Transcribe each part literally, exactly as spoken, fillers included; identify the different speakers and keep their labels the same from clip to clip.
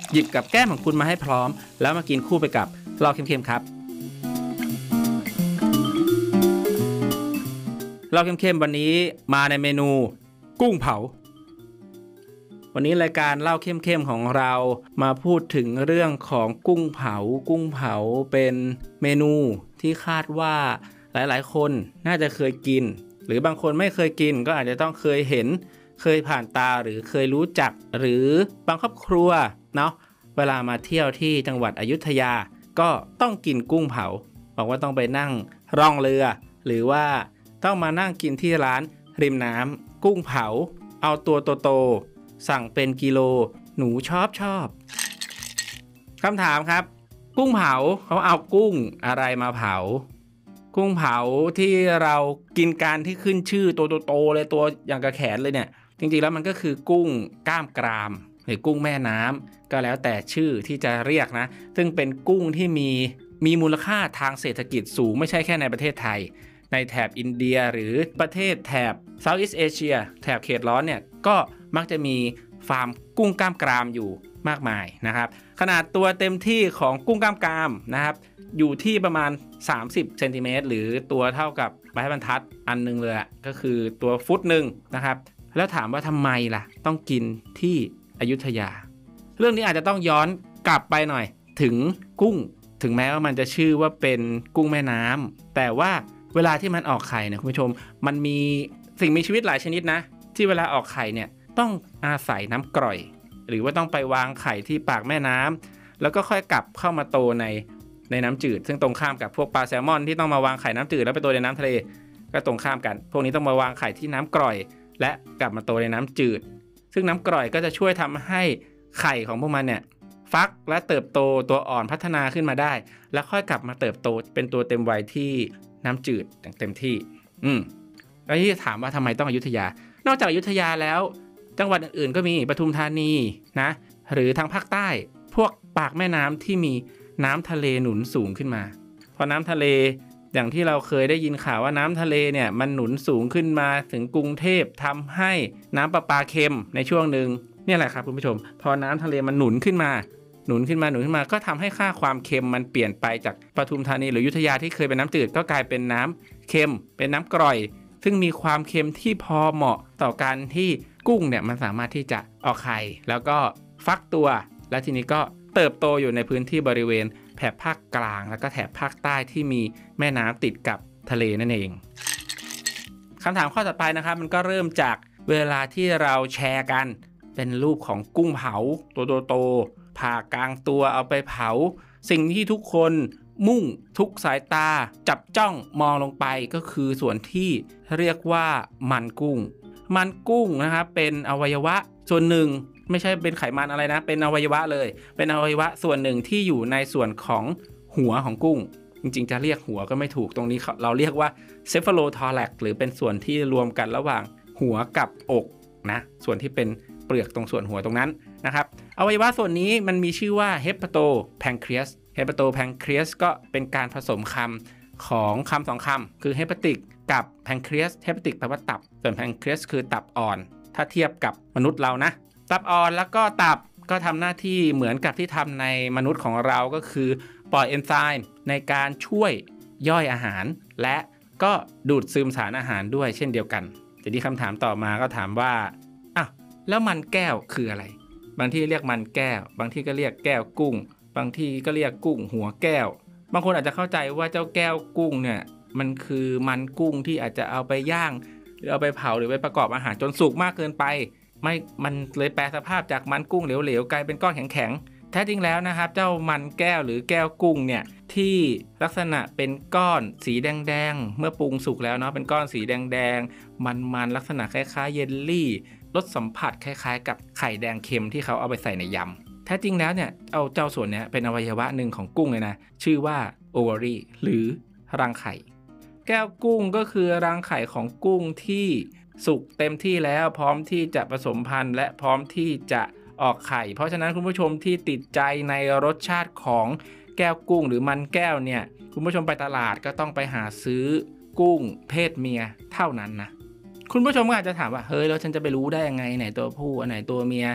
Speaker 1: หยิบกับแก้มของคุณมาให้พร้อมแล้วมากินคู่ไปกับเหล้าเค็มๆครับเหล้าเค็มๆวันนี้มาในเมนูกุ้งเผาวันนี้รายการเหล้าเข้มๆของเรามาพูดถึงเรื่องของกุ้งเผากุ้งเผาเป็นเมนูที่คาดว่าหลายๆคนน่าจะเคยกินหรือบางคนไม่เคยกินก็อาจจะต้องเคยเห็นเคยผ่านตาหรือเคยรู้จักหรือบางครอบครัวเนาะเวลามาเที่ยวที่จังหวัดอยุธยาก็ต้องกินกุ้งเผาบอกว่าต้องไปนั่งร่องเรือหรือว่าต้องมานั่งกินที่ร้านริมน้ำกุ้งเผาเอาตัวโตๆสั่งเป็นกิโลหนูชอบชอบคำถามครับกุ้งเผาเขาเอากุ้งอะไรมาเผากุ้งเผาที่เรากินการที่ขึ้นชื่อตัวโตๆเลยตัวอย่างกระแขนเลยเนี่ยจริงๆแล้วมันก็คือกุ้งกล้ามกรามหรือกุ้งแม่น้ำก็แล้วแต่ชื่อที่จะเรียกนะซึ่งเป็นกุ้งที่มีมีมูลค่าทางเศรษฐกิจสูงไม่ใช่แค่ในประเทศไทยในแถบอินเดียหรือประเทศแถบ Southeast Asia แถบเขตร้อนเนี่ยก็มักจะมีฟาร์มกุ้งกล้ามกรามอยู่มากมายนะครับขนาดตัวเต็มที่ของกุ้งกล้ามกรามนะครับอยู่ที่ประมาณสามสิบเซนติเมตรหรือตัวเท่ากับไม้บรรทัดอันนึงเลยก็คือตัวฟุตหนึ่งนะครับแล้วถามว่าทำไมล่ะต้องกินที่อยุธยาเรื่องนี้อาจจะต้องย้อนกลับไปหน่อยถึงกุ้งถึงแม้ว่ามันจะชื่อว่าเป็นกุ้งแม่น้ำแต่ว่าเวลาที่มันออกไข่เนี่ยคุณผู้ชมมันมีสิ่งมีชีวิตหลายชนิดนะที่เวลาออกไข่เนี่ยต้องอาศัยน้ำกร่อยหรือว่าต้องไปวางไข่ที่ปากแม่น้ำแล้วก็ค่อยกลับเข้ามาโตในในน้ำจืดซึ่งตรงข้ามกับพวกปลาแซลมอนที่ต้องมาวางไข่น้ำจืดแล้วไปโตในน้ำทะเลก็ตรงข้ามกันพวกนี้ต้องมาวางไข่ที่น้ำกร่อยและกลับมาโตในน้ำจืดซึ่งน้ำกร่อยก็จะช่วยทำให้ไข่ของพวกมันเนี่ยฟักและเติบโตตัวอ่อนพัฒนาขึ้นมาได้แล้วค่อยกลับมาเติบโตเป็นตัวเต็มวัยที่น้ำจืดอย่างเต็มที่อืมแล้วที่ถามว่าทำไมต้องอยุธยานอกจากอยุธยาแล้วจังหวัดอื่นๆก็มีปทุมธานีนะหรือทางภาคใต้พวกปากแม่น้ำที่มีน้ำทะเลหนุนสูงขึ้นมาพอน้ำทะเลอย่างที่เราเคยได้ยินข่าวว่าน้ำทะเลเนี่ยมันหนุนสูงขึ้นมาถึงกรุงเทพทำให้น้ำประปาเค็มในช่วงหนึ่งเนี่ยแหละครับคุณผู้ชมพอน้ำทะเลมันหนุนขึ้นมาหนุนขึ้นมาหนุนขึ้นมาก็ทำให้ค่าความเค็มมันเปลี่ยนไปจากปทุมธานีหรืออยุธยาที่เคยเป็นน้ำจืดก็กลายเป็นน้ำเค็มเป็นน้ำกร่อยซึ่งมีความเค็มที่พอเหมาะต่อการที่กุ้งเนี่ยมันสามารถที่จะออกไข่แล้วก็ฟักตัวและทีนี้ก็เติบโตอยู่ในพื้นที่บริเวณแถบภาคกลางแล้วก็แถบภาคใต้ที่มีแม่น้ำติดกับทะเลนั่นเองคำถามข้อต่อไปนะครับมันก็เริ่มจากเวลาที่เราแชร์กันเป็นรูปของกุ้งเผาตัวโตๆผ่ากลางตัวเอาไปเผาสิ่งที่ทุกคนมุ่งทุกสายตาจับจ้องมองลงไปก็คือส่วนที่เรียกว่ามันกุ้งมันกุ้งนะครับเป็นอวัยวะส่วนหนึ่งไม่ใช่เป็นไขมันอะไรนะเป็นอวัยวะเลยเป็นอวัยวะส่วนหนึ่งที่อยู่ในส่วนของหัวของกุ้งจริงๆจะเรียกหัวก็ไม่ถูกตรงนี้เราเรียกว่า cephalothorax หรือเป็นส่วนที่รวมกันระหว่างหัวกับอกนะส่วนที่เป็นเปลือกตรงส่วนหัวตรงนั้นนะครับอวัยวะส่วนนี้มันมีชื่อว่า hepatopancreas hepatopancreas ก็เป็นการผสมคำของคำสองคำคือ hepatic กับ pancreas hepatic แปลว่าตับส่วน pancreas คือตับอ่อนถ้าเทียบกับมนุษย์เรานะตับอ่อนแล้วก็ตับก็ทำหน้าที่เหมือนกับที่ทำในมนุษย์ของเราก็คือปล่อยเอนไซม์ในการช่วยย่อยอาหารและก็ดูดซึมสารอาหารด้วยเช่นเดียวกันทีนี้คำถามต่อมาก็ถามว่าอ้าวแล้วมันแก้วคืออะไรบางที่เรียกมันแก้วบางที่ก็เรียกแก้วกุ้งบางที่ก็เรียกกุ้งหัวแก้วบางคนอาจจะเข้าใจว่าเจ้าแก้วกุ้งเนี่ยมันคือมันกุ้งที่อาจจะเอาไปย่างหรือเอาไปเผาหรือไปประกอบอาหารจนสุกมากเกินไปไม่มันเลยแปลสภาพจากมันกุ้งเหลวๆกลายเป็นก้อนแข็งๆแท้จริงแล้วนะครับเจ้ามันแก้วหรือแก้วกุ้งเนี่ยที่ลักษณะเป็นก้อนสีแดงๆเมื่อปรุงสุกแล้วเนาะเป็นก้อนสีแดงๆมันๆลักษณะคล้ายๆเยลลี่รสสัมผัสคล้ายๆกับไข่แดงเค็มที่เขาเอาไปใส่ในยำแท้จริงแล้วเนี่ยเอาเจ้าส่วนนี้เป็นอวัยวะหนึ่งของกุ้งเลยนะชื่อว่าโอวารีหรือรังไข่แก้วกุ้งก็คือรังไข่ของกุ้งที่สุกเต็มที่แล้วพร้อมที่จะผสมพันธุ์และพร้อมที่จะออกไข่เพราะฉะนั้นคุณผู้ชมที่ติดใจในรสชาติของแก้วกุ้งหรือมันแก้วเนี่ยคุณผู้ชมไปตลาดก็ต้องไปหาซื้อกุ้งเพศเมียเท่านั้นนะคุณผู้ชมก็อาจจะถามว่าเฮ้ยแล้วฉันจะไปรู้ได้ยังไงไหนตัวผู้อันไหนตัวเมีย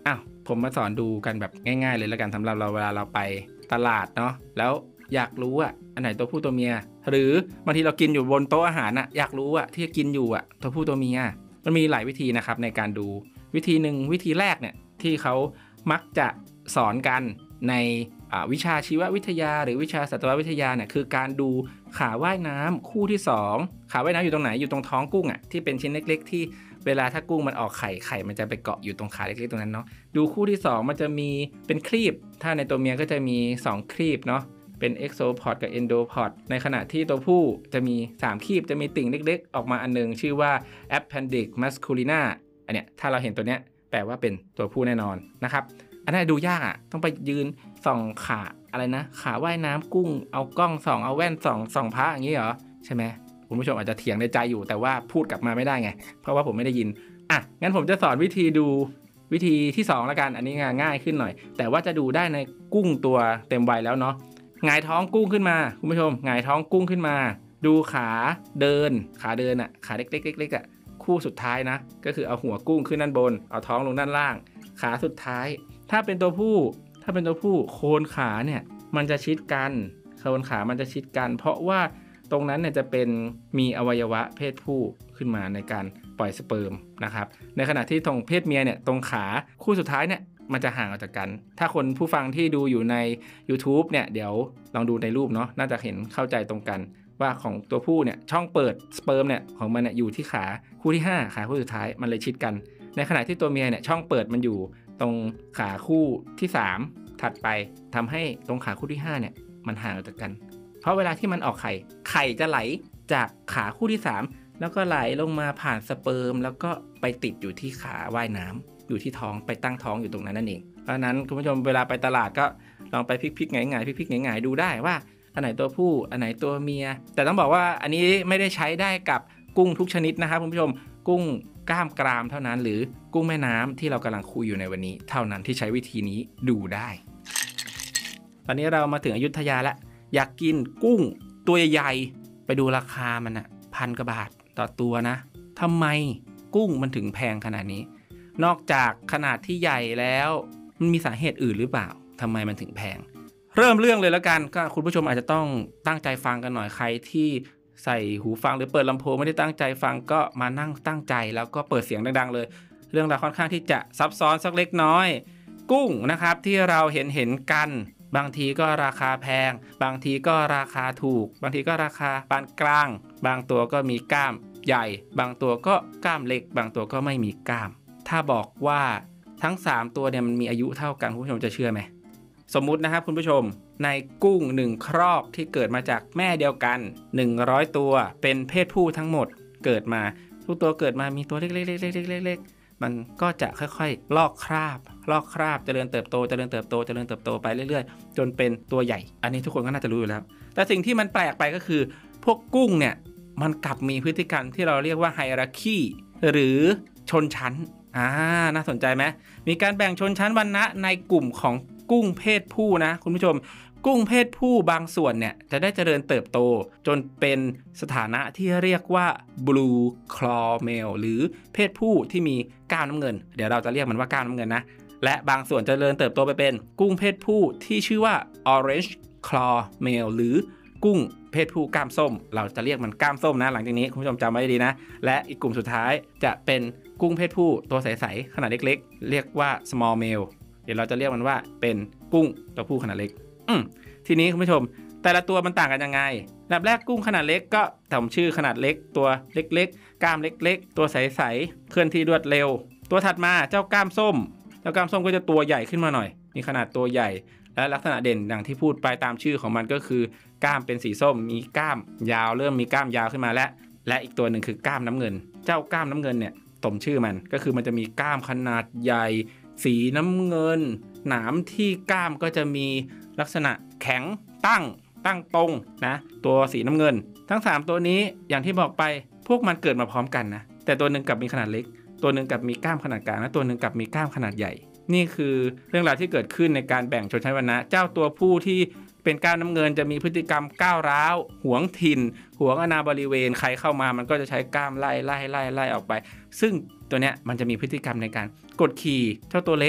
Speaker 1: อ้าวผมมาสอนดูกันแบบง่ายๆเลยแล้วกันสำหรับเราเวลาเราไปตลาดเนาะแล้วอยากรู้อ่ะอันไหนตัวผู้ตัวเมียหรือบางทีเรากินอยู่บนโต๊ะอาหารอ่ะอยากรู้อ่ะที่กินอยู่อ่ะตัวผู้ตัวเมียมันมีหลายวิธีนะครับในการดูวิธีหนึ่งวิธีแรกเนี่ยที่เขามักจะสอนกันในวิชาชีววิทยาหรือวิชาสัตววิทยาเนี่ยคือการดูขาว่ายน้ำคู่ที่สองขาว่ายน้ำอยู่ตรงไหนอยู่ตรงท้องกุ้งอ่ะที่เป็นชิ้นเล็กๆที่เวลาถ้ากุ้งมันออกไข่ไข่มันจะไปเกาะอยู่ตรงขาเล็กๆตรงนั้นเนาะดูคู่ที่สองมันจะมีเป็นครีบถ้าในตัวเมียก็จะมีสองครีบเนาะเป็น exopod กับ endopod ในขณะที่ตัวผู้จะมีสามครีบจะมีติ่งเล็กๆออกมาอันนึงชื่อว่า appendix masculina อันเนี้ยถ้าเราเห็นตัวเนี้ยแปลว่าเป็นตัวผู้แน่นอนนะครับอันนั้นดูยากอ่ะต้องไปยืนส่องขาอะไรนะขาว่ายน้ำกุ้งเอากล้องส่องเอาแว่นส่องส่องพระอย่างนี้เหรอใช่ไหมคุณผู้ชมอาจจะเถียงในใจอยู่แต่ว่าพูดกลับมาไม่ได้ไงเพราะว่าผมไม่ได้ยินอ่ะงั้นผมจะสอนวิธีดูวิธีที่สองละกันอันนี้ง่ายขึ้นหน่อยแต่ว่าจะดูได้ในกุ้งตัวเต็มวัยแล้วเนาะหงายท้องกุ้งขึ้นมาคุณผู้ชมหงายท้องกุ้งขึ้นมาดูขาเดินขาเดินอ่ะขาเล็กๆเล็กๆอ่ะคู่สุดท้ายนะก็คือเอาหัวกุ้งขึ้นด้านบนเอาท้องลงด้านล่างขาสุดท้ายถ้าเป็นตัวผู้ถ้าเป็นตัวผู้โคนขาเนี่ยมันจะชิดกันโคนขามันจะชิดกันเพราะว่าตรงนั้นเนี่ยจะเป็นมีอวัยวะเพศผู้ขึ้นมาในการปล่อยสเปิร์มนะครับในขณะที่ตรงเพศเมียเนี่ยตรงขาคู่สุดท้ายเนี่ยมันจะห่างออกจากกันถ้าคนผู้ฟังที่ดูอยู่ใน YouTube เนี่ยเดี๋ยวลองดูในรูปเนาะน่าจะเห็นเข้าใจตรงกันว่าของตัวผู้เนี่ยช่องเปิดสเปิร์มเนี่ยของมันเนี่ยอยู่ที่ขาคู่ที่ห้าขาคู่สุดท้ายมันเลยชิดกันในขณะที่ตัวเมียเนี่ยช่องเปิดมันอยู่ตรงขาคู่ที่สามถัดไปทำให้ตรงขาคู่ที่ห้าเนี่ยมันห่างออกจากกันเพราะเวลาที่มันออกไข่ไข่จะไหลจากขาคู่ที่สามแล้วก็ไหลลงมาผ่านสเปิร์มแล้วก็ไปติดอยู่ที่ขาว่ายน้ำอยู่ที่ท้องไปตั้งท้องอยู่ตรงนั้นนั่นเองเพราะนั้นคุณผู้ชมเวลาไปตลาดก็ลองไปพลิกๆหงายๆพลิกๆหงายๆดูได้ว่าอันไหนตัวผู้อันไหนตัวเมียแต่ต้องบอกว่าอันนี้ไม่ได้ใช้ได้กับกุ้งทุกชนิดนะครับคุณผู้ชมกุ้งกล้ามกรามเท่านั้นหรือกุ้งแม่น้ำที่เรากำลังคุยอยู่ในวันนี้เท่านั้นที่ใช้วิธีนี้ดูได้ตอนนี้เรามาถึงอยุธยาแล้วอยากกินกุ้งตัวใหญ่ๆไปดูราคามันอะพันกว่าบาทต่อตัวนะทำไมกุ้งมันถึงแพงขนาดนี้นอกจากขนาดที่ใหญ่แล้วมันมีสาเหตุอื่นหรือเปล่าทำไมมันถึงแพงเริ่มเรื่องเลยแล้วกันก็คุณผู้ชมอาจจะต้องตั้งใจฟังกันหน่อยใครที่ใส่หูฟังหรือเปิดลำโพงไม่ได้ตั้งใจฟังก็มานั่งตั้งใจแล้วก็เปิดเสียงดังๆเลยเรื่องราวค่อนข้างที่จะซับซ้อนสักเล็กน้อยกุ้งนะครับที่เราเห็นเห็นกันบางทีก็ราคาแพงบางทีก็ราคาถูกบางทีก็ราคาปานกลางบางตัวก็มีกล้ามใหญ่บางตัวก็กล้ามเล็กบางตัวก็ไม่มีกล้ามถ้าบอกว่าทั้งสามตัวเนี่ยมันมีอายุเท่ากันคุณผู้ชมจะเชื่อไหมสมมุตินะครับคุณผู้ชมในกุ้งหนึ่งครอกที่เกิดมาจากแม่เดียวกันหนึ่งร้อยตัวเป็นเพศผู้ทั้งหมดเกิดมาทุกตัวเกิดมามีตัวเล็กๆๆๆๆมันก็จะค่อยๆลอกคราบลอกคราบเจริญเติบโตเจริญเติบโตเจริญเติบโตไปเรื่อยๆจนเป็นตัวใหญ่อันนี้ทุกคนก็น่าจะรู้อยู่แล้วแต่สิ่งที่มันแปลกไปก็คือพวกกุ้งเนี่ยมันกลับมีพฤติกรรมที่เราเรียกว่าไฮรัคีหรือชนชั้นอ่าน่าสนใจไหมมีการแบ่งชนชั้นวรรณะในกลุ่มของกุ้งเพศผู้นะคุณผู้ชมกุ้งเพศผู้บางส่วนเนี่ยจะได้เจริญเติบโตจนเป็นสถานะที่เรียกว่า blue claw male หรือเพศผู้ที่มีก้ามน้ำเงินเดี๋ยวเราจะเรียกมันว่าก้ามน้ำเงินนะและบางส่วนจะเจริญเติบโตไปเป็นกุ้งเพศผู้ที่ชื่อว่า orange claw male หรือกุ้งเพศผู้ก้ามส้มเราจะเรียกมันก้ามส้มนะหลังจากนี้คุณผู้ชมจำไว้ดีนะและอีกกลุ่มสุดท้ายจะเป็นกุ้งเพศผู้ตัวใสๆขนาดเล็กๆเรียกว่า small male เดี๋ยวเราจะเรียกมันว่าเป็นกุ้งตัวผู้ขนาดเล็กอืมทีนี้คุณผู้ชมแต่ละตัวมันต่างกันยังไงอันดับแรกกุ้งขนาดเล็กก็ตามชื่อขนาดเล็กตัวเล็กๆกล้ามเล็กๆตัวใสๆเคลื่อนที่รวดเร็วตัวถัดมาเจ้ากล้ามส้มเจ้ากล้ามส้มก็จะตัวใหญ่ขึ้นมาหน่อยมีขนาดตัวใหญ่และลักษณะเด่นอย่างที่พูดไปตามชื่อของมันก็คือกล้ามเป็นสีส้มมีกล้ามยาวเริ่มมีกล้ามยาวขึ้นมาและและอีกตัวหนึ่งคือกล้ามน้ำเงินเจ้ากล้ามน้ำเงินเนี่ยสมชื่อมันก็คือมันจะมีกล้ามขนาดใหญ่สีน้ำเงินหนามที่กล้ามก็จะมีลักษณะแข็งตั้งตั้งตรงนะตัวสีน้ำเงินทั้งสามตัวนี้อย่างที่บอกไปพวกมันเกิดมาพร้อมกันนะแต่ตัวหนึ่งกับมีขนาดเล็กตัวหนึ่งกับมีกล้ามขนาดกลางและตัวหนึ่งกับมีกล้ามขนาดใหญ่นี่คือเรื่องราวที่เกิดขึ้นในการแบ่งชนชั้นวรรณะเจ้าตัวผู้ที่เป็นก้ามน้ำเงินจะมีพฤติกรรมก้าวร้าวหวงถิ่นหวงอาณาบริเวณใครเข้ามามันก็จะใช้ก้ามไล่ไล่ไล่ไล่ออกไปซึ่งตัวเนี้ยมันจะมีพฤติกรรมในการกดขี่เจ้าตัวเล็ก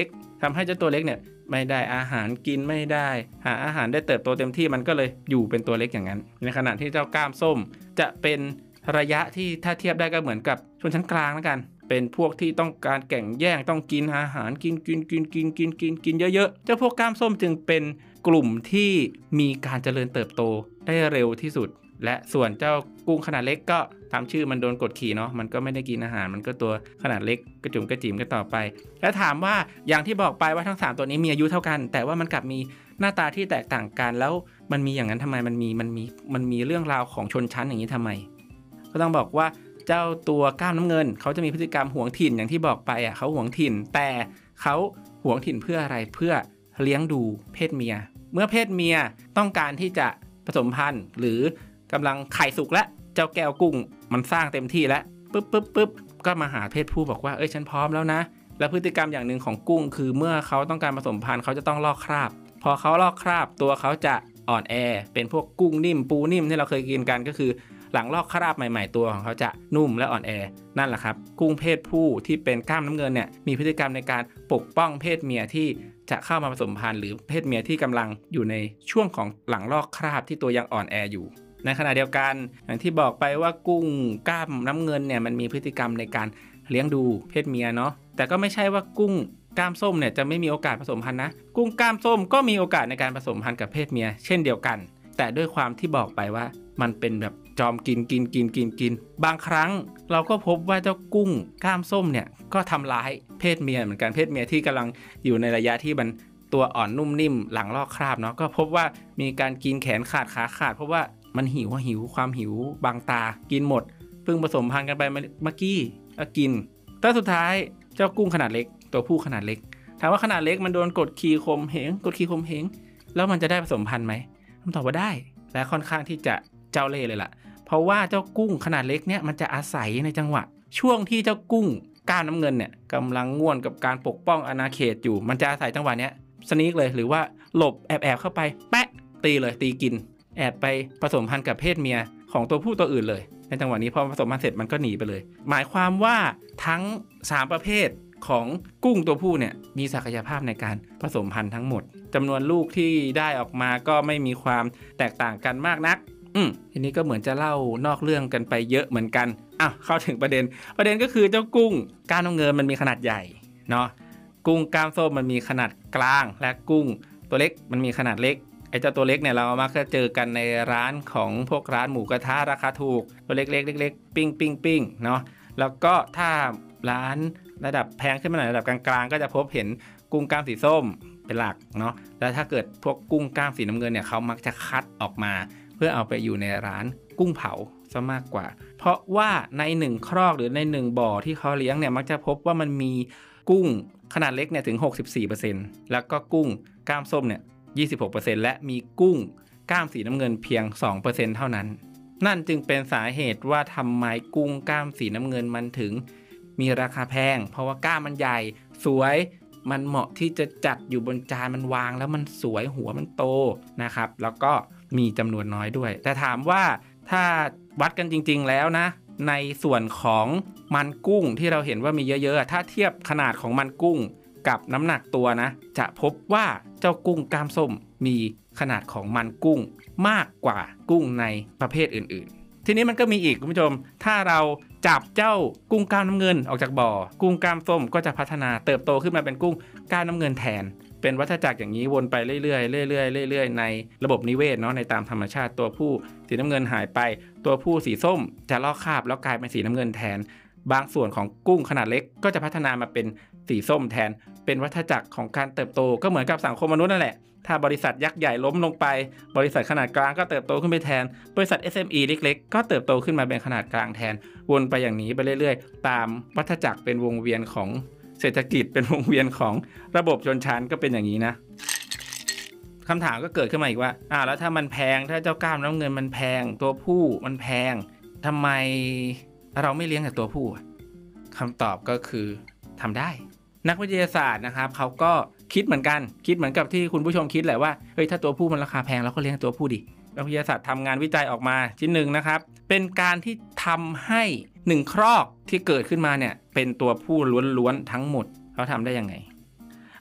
Speaker 1: ทำให้เจ้าตัวเล็กเนี่ยไม่ได้อาหารกินไม่ได้หาอาหารได้เติบโตเต็มที่มันก็เลยอยู่เป็นตัวเล็กอย่างนั้นในขณะที่เจ้าก้ามส้มจะเป็นระยะที่ถ้าเทียบได้ก็เหมือนกับชนชั้นกลางแล้วกันเป็นพวกที่ต้องการแข่งแย่งต้องกินอาหารกินกินกินกินกินกินกินเยอะๆเจ้าพวกก้ามส้มจึงเป็นกลุ่มที่มีการเจริญเติบโตได้เร็วที่สุดและส่วนเจ้ากุ้งขนาดเล็กก็ตามชื่อมันโดนกดขี่เนาะมันก็ไม่ได้กินอาหารมันก็ตัวขนาดเล็กกระจุ่มกระจิ๋มกันต่อไปแล้วถามว่าอย่างที่บอกไปว่าทั้งสามตัวนี้มีอายุเท่ากันแต่ว่ามันกลับมีหน้าตาที่แตกต่างกันแล้วมันมีอย่างนั้นทำไมมันมีมันมีมันมีเรื่องราวของชนชั้นอย่างนี้ทำไมก็ต้องบอกว่าเจ้าตัวก้ามน้ำเงินเขาจะมีพฤติกรรมหวงถิ่นอย่างที่บอกไปอ่ะเขาหวงถิ่นแต่เขาหวงถิ่นเพื่ออะไรเพื่อเลี้ยงดูเพศเมียเมื่อเพศเมียต้องการที่จะผสมพันธุ์หรือกำลังไข่สุกแล้วเจ้าแก้วกุ้งมันสร้างเต็มที่แล้วปึ๊บปึ๊บปึ๊บก็มาหาเพศผู้บอกว่าเอ้ยฉันพร้อมแล้วนะแล้วพฤติกรรมอย่างหนึ่งของกุ้งคือเมื่อเขาต้องการผสมพันธุ์เขาจะต้องลอกคราบพอเขาลอกคราบตัวเขาจะอ่อนแอเป็นพวกกุ้งนิ่มปูนิ่มที่เราเคยกินกันก็คือหลังลอกคราบใหม่ๆตัวของเขาจะนุ่มและอ่อนแอนั่นแหละครับกุ้งเพศผู้ที่เป็นก้ามน้ำเงินเนี่ยมีพฤติกรรมในการปกป้องเพศเมียที่จะเข้ามาผสมพันธุ์หรือเพศเมียที่กำลังอยู่ในช่วงของหลังลอกคราบที่ตัวยังอ่อนแออยู่ในขณะเดียวกันอย่างที่บอกไปว่ากุ้งก้ามน้ำเงินเนี่ยมันมีพฤติกรรมในการเลี้ยงดูเพศเมียเนาะแต่ก็ไม่ใช่ว่ากุ้งก้ามส้มเนี่ยจะไม่มีโอกาสผสมพันธุ์นะกุ้งก้ามส้มก็มีโอกาสในการผสมพันธุ์กับเพศเมียเช่นเดียวกันแต่ด้วยความที่บอกไปว่ามันเป็นแบบจอมกินกินกินกินกินบางครั้งเราก็พบว่าเจ้ากุ้งก้ามส้มเนี่ยก็ทำร้ายเพศเมียเหมือนกันเพศเมียที่กำลังอยู่ในระยะที่มันตัวอ่อนนุ่มนิ่มหลังลอกคราบเนาะก็พบว่ามีการกินแขนขาดขาขาดเพราะว่ามันหิวหิวความหิวบางตากินหมดเพิ่งผสมพันธุ์กันไปเมื่อกี้ก็กินแต่สุดท้ายเจ้ากุ้งขนาดเล็กตัวผู้ขนาดเล็กถามว่าขนาดเล็กมันโดนกดขี่ข่มเหงกดขี่ข่มเหงแล้วมันจะได้ผสมพันธุ์ไหมคำตอบว่าได้และค่อนข้างที่จะเจ้าเล่ห์เลยล่ะเพราะว่าเจ้ากุ้งขนาดเล็กเนี่ยมันจะอาศัยในจังหวะช่วงที่เจ้ากุ้งก้ามน้ำเงินเนี่ยกำลังง่วนกับการปกป้องอาณาเขตอยู่มันจะอาศัยจังหวะเนี้ยสนีกเลยหรือว่าหลบแอบแอบเข้าไปแปะตีเลยตีกินแอบไปผสมพันธุ์กับเพศเมียของตัวผู้ตัวอื่นเลยในจังหวะนี้พอผสมพันธุ์เสร็จมันก็หนีไปเลยหมายความว่าทั้งสามประเภทของกุ้งตัวผู้เนี่ยมีศักยภาพในการผสมพันธุ์ทั้งหมดจำนวนลูกที่ได้ออกมาก็ไม่มีความแตกต่างกันมากนักอืมทีนี้ก็เหมือนจะเล่านอกเรื่องกันไปเยอะเหมือนกันอ้าวเข้าถึงประเด็นประเด็นก็คือเจ้ากุ้งก้ามน้ำเงินมันมีขนาดใหญ่เนาะกุ้งก้ามส้มมันมีขนาดกลางและกุ้งตัวเล็กมันมีขนาดเล็กไอ้เจ้าตัวเล็กเนี่ยเรามักจะเจอกันในร้านของพวกร้านหมูกระทะราคาถูกตัวเล็กๆเล็กๆปิ้งปิ้งปิ้งเนาะแล้วก็ถ้าร้านระดับแพงขึ้นมาหน่อยระดับกลางๆก็จะพบเห็นกุ้งก้ามสีส้มเป็นหลักเนาะแล้วถ้าเกิดพวกกุ้งก้ามสีน้ำเงินเนี่ยเขามักจะคัดออกมาเพื่อเอาไปอยู่ในร้านกุ้งเผาซะมากกว่าเพราะว่าในหนึ่งครอกหรือในหนึ่งบ่อที่เขาเลี้ยงเนี่ยมักจะพบว่ามันมีกุ้งขนาดเล็กเนี่ยถึง หกสิบสี่เปอร์เซ็นต์ แล้วก็กุ้งก้ามส้มเนี่ย ยี่สิบหกเปอร์เซ็นต์ และมีกุ้งก้ามสีน้ำเงินเพียง สองเปอร์เซ็นต์ เท่านั้นนั่นจึงเป็นสาเหตุว่าทำไมกุ้งก้ามสีน้ำเงินมันถึงมีราคาแพงเพราะว่าก้ามมันใหญ่สวยมันเหมาะที่จะจัดอยู่บนจานมันวางแล้วมันสวยหัวมันโตนะครับแล้วก็มีจำนวนน้อยด้วยแต่ถามว่าถ้าวัดกันจริงๆแล้วนะในส่วนของมันกุ้งที่เราเห็นว่ามีเยอะๆถ้าเทียบขนาดของมันกุ้งกับน้ำหนักตัวนะจะพบว่าเจ้ากุ้งก้ามส้มมีขนาดของมันกุ้งมากกว่ากุ้งในประเภทอื่นๆทีนี้มันก็มีอีกคุณผู้ชมถ้าเราจับเจ้ากุ้งก้ามน้ำเงินออกจากบ่อกุ้งก้ามส้มก็จะพัฒนาเติบโตขึ้นมาเป็นกุ้งก้ามน้ำเงินแทนเป็นวัฏจักรอย่างนี้วนไปเรื่อยๆเรื่อยๆเรื่อยๆในระบบนิเวศเนาะในตามธรรมชาติตัวผู้สีน้ำเงินหายไปตัวผู้สีส้มจะลอกคราบแล้วกลายเป็นสีน้ำเงินแทนบางส่วนของกุ้งขนาดเล็กก็จะพัฒนามาเป็นสีส้มแทนเป็นวัฏจักรของการเติบโตก็เหมือนกับสังคมมนุษย์นั่นแหละถ้าบริษัทยักษ์ใหญ่ล้มลงไปบริษัทขนาดกลางก็เติบโตขึ้นไปแทนบริษัท เอส เอ็ม อี เล็กๆก็เติบโตขึ้นมาเป็นขนาดกลางแทนวนไปอย่างนี้ไปเรื่อยๆตามวัฏจักรเป็นวงเวียนของเศรษฐกิจเป็นวงเวียนของระบบชนชั้นก็เป็นอย่างนี้นะคำถามก็เกิดขึ้นมาอีกว่าอ้าวแล้วถ้ามันแพงถ้าเจ้าก้ามน้ำเงินมันแพงตัวผู้มันแพงทำไมเราไม่เลี้ยงกับตัวผู้คำตอบก็คือทำได้นักวิทยาศาสตร์นะครับเขาก็คิดเหมือนกันคิดเหมือนกับที่คุณผู้ชมคิดแหละว่าเฮ้ยถ้าตัวผู้มันราคาแพงเราก็เลี้ยงตัวผู้ดินักวิทยาศาสตร์ทำงานวิจัยออกมาชิ้นหนึ่งนะครับเป็นการที่ทำให้หนึ่งครอกที่เกิดขึ้นมาเนี่ยเป็นตัวผู้ล้วนๆทั้งหมดเขาทำได้ยังไง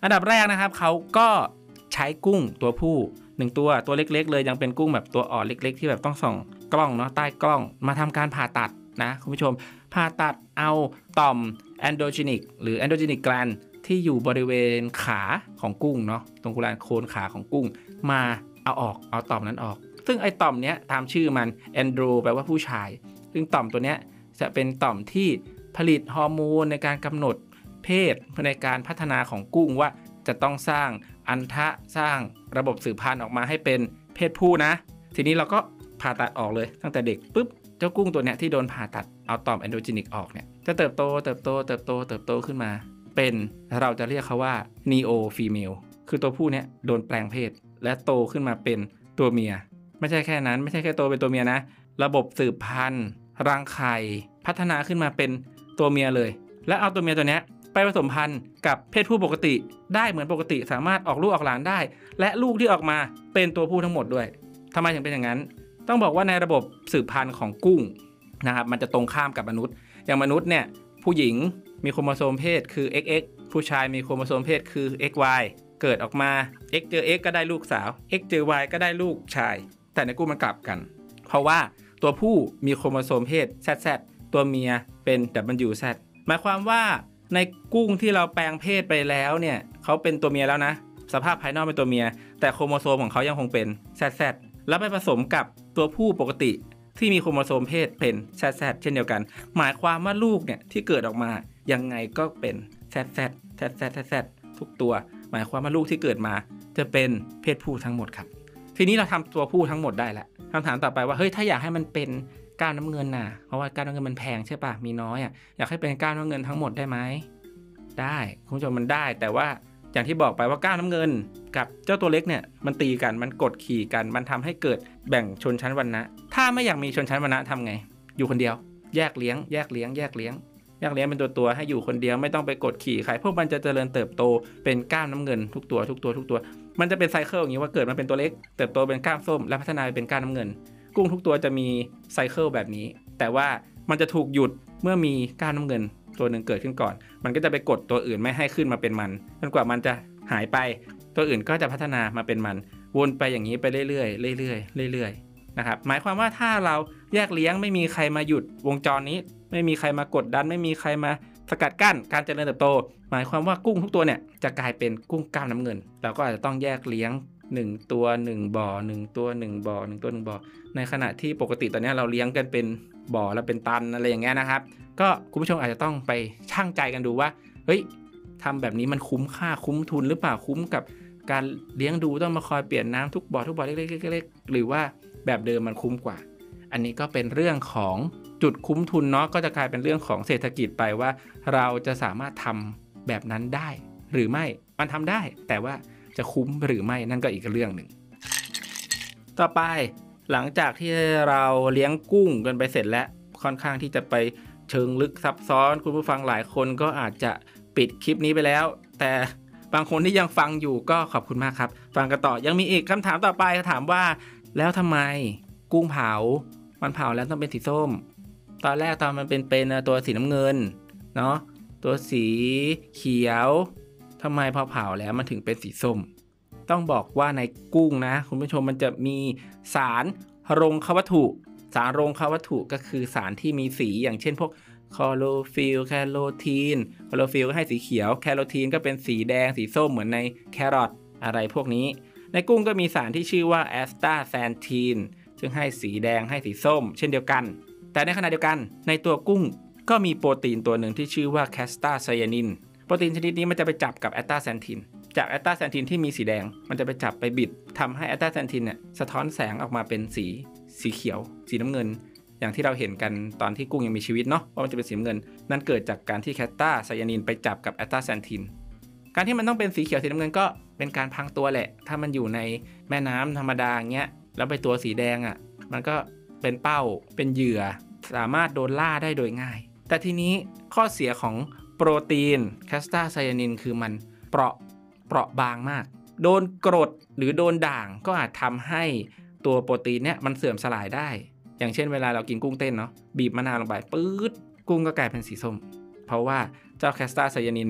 Speaker 1: อันดับแรกนะครับเขาก็ใช้กุ้งตัวผู้หนึ่งตัวตัวเล็กๆเลยยังเป็นกุ้งแบบตัวอ่อนเล็กๆที่แบบต้องส่องกล้องเนาะใต้กล้องมาทำการผ่าตัดนะคุณผู้ชมผ่าตัดเอาต่อม androgenic หรือ androgenic gland ที่อยู่บริเวณขาของกุ้งเนาะตรงกลางโคนขาของกุ้งมาเอาออกเอาต่อมนั้นออกซึ่งไอ้ต่อมเนี้ยตามชื่อมัน andro แปลว่าผู้ชายซึ่งต่อมตัวเนี้ยจะเป็นต่อมที่ผลิตฮอร์โมนในการกำหนดเพศในการพัฒนาของกุ้งว่าจะต้องสร้างอัณฑะสร้างระบบสืบพันธุ์ออกมาให้เป็นเพศผู้นะทีนี้เราก็ผ่าตัดออกเลยตั้งแต่เด็กปุ๊บเจ้ากุ้งตัวเนี้ยที่โดนผ่าตัดเอาต่อมแอนโดรจินิกออกเนี่ยจะเติบโตเติบโตเติบโตเติบโตขึ้นมาเป็นเราจะเรียกเขาว่า neo female คือตัวผู้เนี่ยโดนแปลงเพศและโตขึ้นมาเป็นตัวเมียไม่ใช่แค่นั้นไม่ใช่แค่โตเป็นตัวเมียนะระบบสืบพันธุ์รังไข่พัฒนาขึ้นมาเป็นตัวเมียเลยและเอาตัวเมียตัวเนี้ยไปผสมพันธุ์กับเพศผู้ปกติได้เหมือนปกติสามารถออกลูกออกหลานได้และลูกที่ออกมาเป็นตัวผู้ทั้งหมดด้วยทำไมถึงเป็นอย่างนั้นต้องบอกว่าในระบบสืบพันธุ์ของกุ้งนะครับมันจะตรงข้ามกับมนุษย์อย่างมนุษย์เนี่ยผู้หญิงมีโครโมโซมเพศคือ เอ็กซ์ เอ็กซ์ ผู้ชายมีโครโมโซมเพศคือ เอ็กซ์ วาย เกิดออกมา X เจอ X ก็ได้ลูกสาว X เจอ Y ก็ได้ลูกชายแต่ในกุ้งมันกลับกันเพราะว่าตัวผู้มีโครโมโซมเพศ แซด แซด ตัวเมียเป็น ดับเบิลยู แซด หมายความว่าในกุ้งที่เราแปลงเพศไปแล้วเนี่ยเขาเป็นตัวเมียแล้วนะสภาพภายนอกเป็นตัวเมียแต่โครโมโซมของเขายังคงเป็น แซด แซด แล้วไปผสมกับตัวผู้ปกติที่มีโครโมโซมเพศเป็น แซด แซด เช่นเดียวกันหมายความว่าลูกเนี่ยที่เกิดออกมายังไงก็เป็น แซด แซด แซด แซด แซด ทุกตัวหมายความว่าลูกที่เกิดมาจะเป็นเพศผู้ทั้งหมดครับทีนี้เราทำตัวผู้ทั้งหมดได้แล้วคำถามต่อไปว่าเฮ้ยถ้าอยากให้มันเป็นก้านน้ำเงินน่ะเพราะว่าก้านน้ำเงินมันแพงใช่ป่ะมีน้อยอ่ะอยากให้เป็นก้านน้ำเงินทั้งหมดได้ไหมได้คุณผู้ชมมันได้แต่ว่าอย่างที่บอกไปว่าก้านน้ำเงินกับเจ้าตัวเล็กเนี่ยมันตีกันมันกดขี่กันมันทำให้เกิดแบ่งชนชั้นวรรณะถ้าไม่อยากมีชนชั้นวรรณะทำไงอยู่คนเดียวแยกเลี้ยงแยกเลี้ยงแยกเลี้ยงแยกเลี้ยงเป็นตัวตัวให้อยู่คนเดียวไม่ต้องไปกดขี่ใครพวกมันจะเจริญเติบโตเป็นก้านน้ำเงินทุกตัวทุกตัวทุกตัวมันจะเป็นไซเคิลอย่างนี้ว่าเกิดมาเป็นตัวเล็กเติบโตเป็นก้านส้มและพัฒนาไปเป็นก้านน้ำเงินกุ้งทุกตัวจะมีไซเคิลแบบนี้แต่ว่ามันจะถูกหยุดเมื่อมีก้านน้ำเงินตัวหนึ่งเกิดขึ้นก่อนมันก็จะไปกดตัวอื่นไม่ให้ขึ้นมาเป็นมันจนกว่ามันจะหายไปตัวอื่นก็จะพัฒนามาเป็นมันวนไปอย่างนี้ไปเรื่อยๆเรื่อยๆเรื่อยๆนะครับหมายความว่าถ้าเราแยกเลี้ยงไม่มีใครมาหยุดวงจรนี้ไม่มีใครมากดดันไม่มีใครมาสกัดกั้นการเจริญเติบโตหมายความว่ากุ้งทุกตัวเนี่ยจะกลายเป็นกุ้งก้านน้ำเงินเราก็อาจจะต้องแยกเลี้ยงหนึ่งตัวหนึ่งบ่อหนึ่งตัวหนึ่งบ่อหนึ่งตัวหนึ่งบ่อในขณะที่ปกติตอนนี้เราเลี้ยงกันเป็นบ่อแล้วเป็นตันอะไรอย่างเงี้ยนะครับก็คุณผู้ชมอาจจะต้องไปชั่งใจกันดูว่าเฮ้ยทำแบบนี้มันคุ้มค่าคุ้มทุนหรือเปล่าคุ้มกับการเลี้ยงดูต้องมาคอยเปลี่ยนน้ำทุกบ่อทุกบ่อเล็กๆๆหรือว่าแบบเดิมมันคุ้มกว่าอันนี้ก็เป็นเรื่องของจุดคุ้มทุนเนาะก็จะกลายเป็นเรื่องของเศรษฐกิจไปว่าเราจะสามารถทำแบบนั้นได้หรือไม่มันทำได้แต่ว่าจะคุ้มหรือไม่นั่นก็อีกเรื่องหนึ่งต่อไปหลังจากที่เราเลี้ยงกุ้งกันไปเสร็จแล้วค่อนข้างที่จะไปเชิงลึกซับซ้อนคุณผู้ฟังหลายคนก็อาจจะปิดคลิปนี้ไปแล้วแต่บางคนที่ยังฟังอยู่ก็ขอบคุณมากครับฟังกันต่อยังมีอีกคำถามต่อไปถามว่าแล้วทำไมกุ้งเผามันเผาแล้วต้องเป็นสีส้มตอนแรกตอนมันเป็นเป็นตัวสีน้ำเงินเนาะตัวสีเขียวทำไมพอเผาแล้วมันถึงเป็นสีส้มต้องบอกว่าในกุ้งนะคุณผู้ชมมันจะมีสารโรงควัตถุสารโรงควัตถุก็คือสารที่มีสีอย่างเช่นพวกคลอโรฟิลล์แคโรทีนคลอโรฟิลล์ก็ให้สีเขียวแคโรทีนก็เป็นสีแดงสีส้มเหมือนในแครอทอะไรพวกนี้ในกุ้งก็มีสารที่ชื่อว่าแอสตาแซนทีนซึ่งให้สีแดงให้สีส้มเช่นเดียวกันแต่ในขณะเดียวกันในตัวกุ้งก็มีโปรตีนตัวหนึ่งที่ชื่อว่าแคสตาไซยานินโปรตีนชนิดนี้มันจะไปจับกับแอสตาแซนทินจากแอสตาแซนทินที่มีสีแดงมันจะไปจับไปบิดทำให้แอสตาแซนทินเนี่ยสะท้อนแสงออกมาเป็นสีสีเขียวสีน้ำเงินอย่างที่เราเห็นกันตอนที่กุ้งยังมีชีวิตเนาะว่ามันจะเป็นสีน้ำเงินนั่นเกิดจากการที่แคสตาไซยานินไปจับกับแอสตาแซนทินการที่มันต้องเป็นสีเขียวสีน้ำเงินก็เป็นการพังตัวแหละถ้ามันอยู่ในแม่น้ำธรรมดาเงี้ยแล้วไปตัวสีแดงอ่ะมันก็เป็นเป้าเป็นเหยื่อสามารถโดนล่าได้โดยง่ายแต่ทีนี้ข้อเสียของโปรตีนแคสตาไซยานินคือมันเปราะเปราะบางมากโดนกรดหรือโดนด่างก็อาจทำให้ตัวโปรตีนเนี่ยมันเสื่อมสลายได้อย่างเช่นเวลาเรากินกุ้งเต้นเนาะบีบมะนาวลงไปปื๊ดกุ้งก็กลายเป็นสีส้มเพราะว่าเจ้าแคสตาไซยานินเนี่ย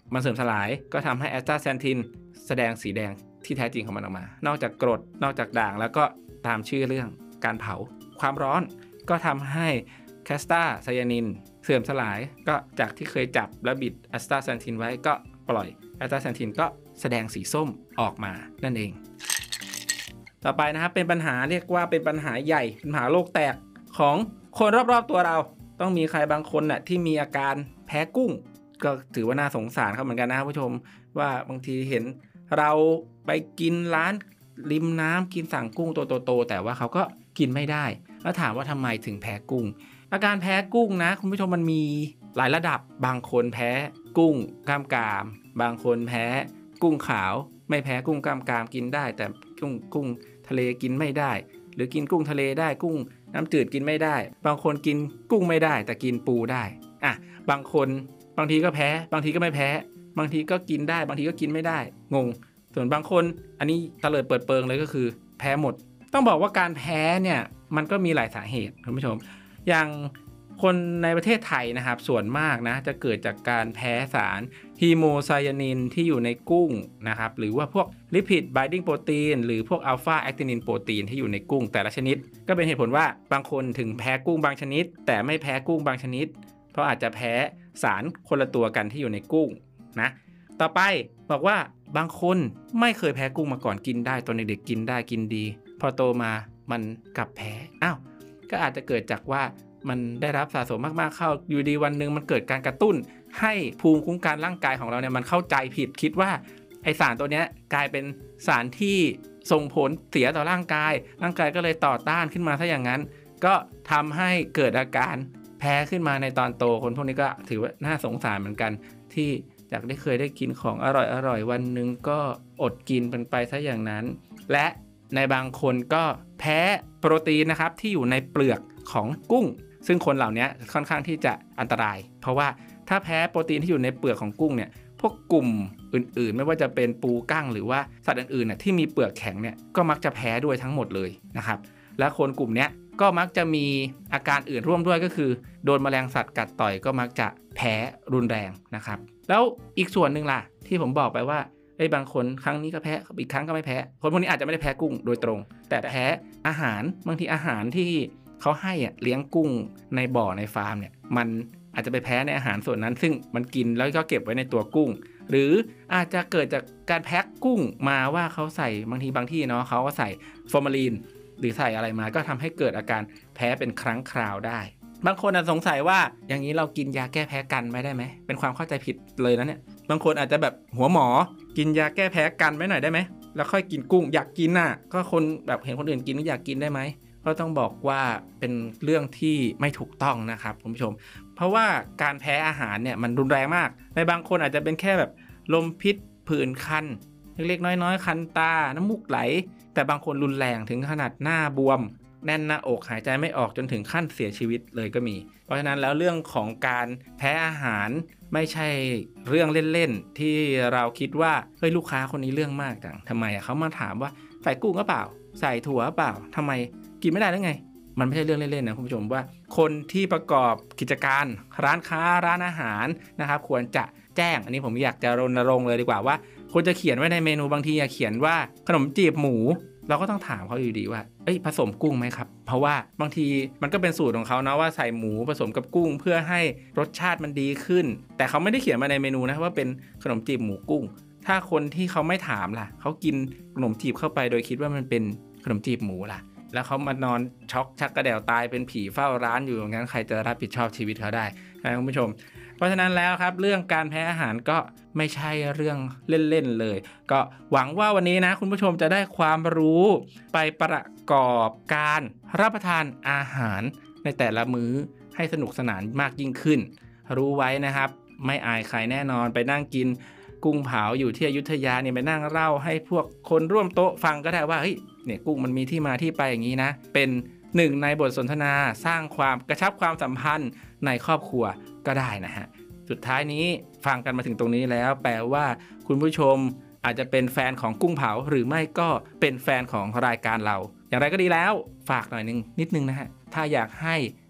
Speaker 1: มันเสื่อมสลายก็ทำให้แอสตาแซนทินแสดงสีแดงที่แท้จริงของมันออกมานอกจากกรดนอกจากด่างแล้วก็ตามชื่อเรื่องการเผาความร้อนก็ทำให้แคสตาไซยานินเสื่อมสลายก็จากที่เคยจับและบิดแอสตาแซนทินไว้ก็ปล่อยแอสตาแซนทินก็แสดงสีส้มออกมานั่นเองต่อไปนะครับเป็นปัญหาเรียกว่าเป็นปัญหาใหญ่ปัญหาโลกแตกของคนรอบๆตัวเราต้องมีใครบางคนน่ะที่มีอาการแพ้กุ้งก็ถือว่าน่าสงสารเขาเหมือนกันนะครับผู้ชมว่าบางทีเห็นเราไปกินร้านริมน้ำกินสั่งกุ้งตัวโตๆแต่ว่าเขาก็กินไม่ได้แล้วถามว่าทำไมถึงแพ้กุ้งอาการแพ้กุ้งนะคุณผู้ชมมันมีหลายระดับบางคนแพ้กุ้งกล้ามกรามบางคนแพ้กุ้งขาวไม่แพ้กุ้งกล้ามกรามกินได้แต่กุ้งกุ้งทะเลกินไม่ได้หรือกินกุ้งทะเลได้กุ้งน้ำจืดกินไม่ได้บางคนกินกุ้งไม่ได้แต่กินปูได้อ่ะบางคนบางทีก็แพ้บางทีก็ไม่แพ้บางทีก็กินได้บางทีก็กินไม่ได้งงส่วนบางคนอันนี้ตะเลิดเปิดเปิงเลยก็คือแพ้หมดต้องบอกว่าการแพ้เนี่ยมันก็มีหลายสาเหตุคุณผู้ชมอย่างคนในประเทศไทยนะครับส่วนมากนะจะเกิดจากการแพ้สารฮีโมไซยานินที่อยู่ในกุ้งนะครับหรือว่าพวกลิพิดไบดิ้งโปรตีนหรือพวกอัลฟาแอคตินินโปรตีนที่อยู่ในกุ้งแต่ละชนิดก็เป็นเหตุผลว่าบางคนถึงแพ้กุ้งบางชนิดแต่ไม่แพ้กุ้งบางชนิดเพราะอาจจะแพ้สารคนละตัวกันที่อยู่ในกุ้งนะต่อไปบอกว่าบางคนไม่เคยแพ้กุ้งมาก่อนกินได้ตอนเด็กๆกินได้กินดีพอโตมามันกลับแพ้อ้าวก็อาจจะเกิดจากว่ามันได้รับสะสมมากๆเข้าอยู่ดีวันนึงมันเกิดการกระตุ้นให้ภูมิคุ้มกันร่างกายของเราเนี่ยมันเข้าใจผิดคิดว่าไอสารตัวนี้กลายเป็นสารที่ส่งผลเสียต่อร่างกายร่างกายก็เลยต่อต้านขึ้นมาซะอย่างนั้นก็ทำให้เกิดอาการแพ้ขึ้นมาในตอนโตคนพวกนี้ก็ถือว่าน่าสงสารเหมือนกันที่จากได้เคยได้กินของอร่อยๆวันนึงก็อดกินเป็นไปซะอย่างนั้นและในบางคนก็แพ้โปรตีนนะครับที่อยู่ในเปลือกของกุ้งซึ่งคนเหล่านี้ค่อนข้างที่จะอันตรายเพราะว่าถ้าแพ้โปรตีนที่อยู่ในเปลือกของกุ้งเนี่ยพวกกลุ่มอื่นๆไม่ว่าจะเป็นปูกั้งหรือว่าสัตว์อื่นๆน่ะที่มีเปลือกแข็งเนี่ยก็มักจะแพ้ด้วยทั้งหมดเลยนะครับและคนกลุ่มนี้ก็มักจะมีอาการอื่นร่วมด้วยก็คือโดนแมลงสัตว์กัดต่อยก็มักจะแพ้รุนแรงนะครับแล้วอีกส่วนหนึ่งล่ะที่ผมบอกไปว่าไอ้บางคนครั้งนี้ก็แพ้อีกครั้งก็ไม่แพ้คนพวกนี้อาจจะไม่ได้แพ้กุ้งโดยตรงแต่แพ้อาหารบางทีอาหารที่เขาให้อ่ะเลี้ยงกุ้งในบ่อในฟาร์มเนี่ยมันอาจจะไปแพ้ในอาหารส่วนนั้นซึ่งมันกินแล้วก็เก็บไว้ในตัวกุ้งหรืออาจจะเกิดจากการแพ็คกุ้งมาว่าเขาใส่บางทีบางที่เนาะเขาก็ใส่ฟอร์มาลีนหรือใส่อะไรมาก็ทำให้เกิดอาการแพ้เป็นครั้งคราวได้บางคนอาจสงสัยว่าอย่างนี้เรากินยาแก้แพ้กันไม่ได้ไหมเป็นความเข้าใจผิดเลยนะเนี่ยบางคนอาจจะแบบหัวหมอกินยาแก้แพ้กันไว้หน่อยได้ไหมแล้วค่อยกินกุ้งอยากกินน่ะก็คนแบบเห็นคนอื่นกินก็อยากกินได้ไหมก็ต้องบอกว่าเป็นเรื่องที่ไม่ถูกต้องนะครับคุณผู้ชมเพราะว่าการแพ้อาหารเนี่ยมันรุนแรงมากในบางคนอาจจะเป็นแค่แบบลมพิษผื่นคันเล็กๆน้อยๆคันตาน้ำมูกไหลแต่บางคนรุนแรงถึงขนาดหน้าบวมแน่นหน้าอกหายใจไม่ออกจนถึงขั้นเสียชีวิตเลยก็มีเพราะฉะนั้นแล้วเรื่องของการแพ้อาหารไม่ใช่เรื่องเล่นๆที่เราคิดว่าเฮ้ยลูกค้าคนนี้เรื่องมากจังทำไมเขามาถามว่าใส่กุ้งหรือเปล่าใส่ถั่วหรือเปล่าทำไมกินไม่ได้หรือไงมันไม่ใช่เรื่องเล่นๆนะคุณผู้ชมว่าคนที่ประกอบกิจการร้านค้าร้านอาหารนะครับควรจะแจ้งอันนี้ผมอยากจะรณรงค์เลยดีกว่าว่าควรจะเขียนไว้ในเมนูบางทีเขียนว่าขนมจีบหมูเราก็ต้องถามเขาอยู่ดีว่าเอ้ยผสมกุ้งไหมครับเพราะว่าบางทีมันก็เป็นสูตรของเขานะว่าใส่หมูผสมกับกุ้งเพื่อให้รสชาติมันดีขึ้นแต่เขาไม่ได้เขียนมาในเมนูนะว่าเป็นขนมจีบหมูกุ้งถ้าคนที่เขาไม่ถามล่ะเขากินขนมจีบเข้าไปโดยคิดว่ามันเป็นขนมจีบหมูล่ะแล้วเขามานอนช็อกชักกระเดี่ยวตายเป็นผีเฝ้าร้านอยู่อย่างนั้นใครจะรับผิดชอบชีวิตเขาได้นะคุณผู้ชมเพราะฉะนั้นแล้วครับเรื่องการแพ้อาหารก็ไม่ใช่เรื่องเล่นๆเลยก็หวังว่าวันนี้นะคุณผู้ชมจะได้ความรู้ไปประกอบการรับประทานอาหารในแต่ละมื้อให้สนุกสนานมากยิ่งขึ้นรู้ไว้นะครับไม่อายใครแน่นอนไปนั่งกินกุ้งเผาอยู่ที่อยุธยาเนี่ยไปนั่งเล่าให้พวกคนร่วมโต๊ะฟังก็ได้ว่าเฮ้ยเนี่ยกุ้งมันมีที่มาที่ไปอย่างนี้นะเป็นหนึ่งในบทสนทนาสร้างความกระชับความสัมพันธ์ในครอบครัวก็ได้นะฮะสุดท้ายนี้ฟังกันมาถึงตรงนี้แล้วแปลว่าคุณผู้ชมอาจจะเป็นแฟนของกุ้งเผาหรือไม่ก็เป็นแฟนของรายการเราอย่างไรก็ดีแล้วฝากหน่อยนึงนิดนึงนะฮะถ้าอยากให้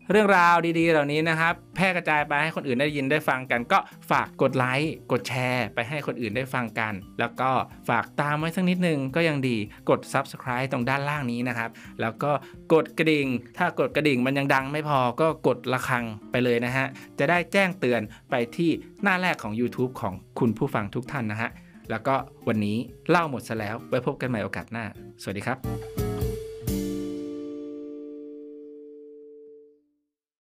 Speaker 1: เรื่องราวดีๆเหล่านี้นะครับแพร่กระจายไปให้คนอื่นได้ยินได้ฟังกันก็ฝากกดไลค์กดแชร์ไปให้คนอื่นได้ฟังกันแล้วก็ฝากตามไว้สักนิดนึงก็ยังดีกด ซับสไครบ์ ตรงด้านล่างนี้นะครับแล้วก็กดกระดิ่งถ้ากดกระดิ่งมันยังดังไม่พอก็กดระฆังไปเลยนะฮะจะได้แจ้งเตือนไปที่หน้าแรกของ YouTube ของคุณผู้ฟังทุกท่านนะฮะแล้วก็วันนี้เล่าหมดซะแล้วไว้พบกันใหม่โอกาสหน้าสวัสดีครับ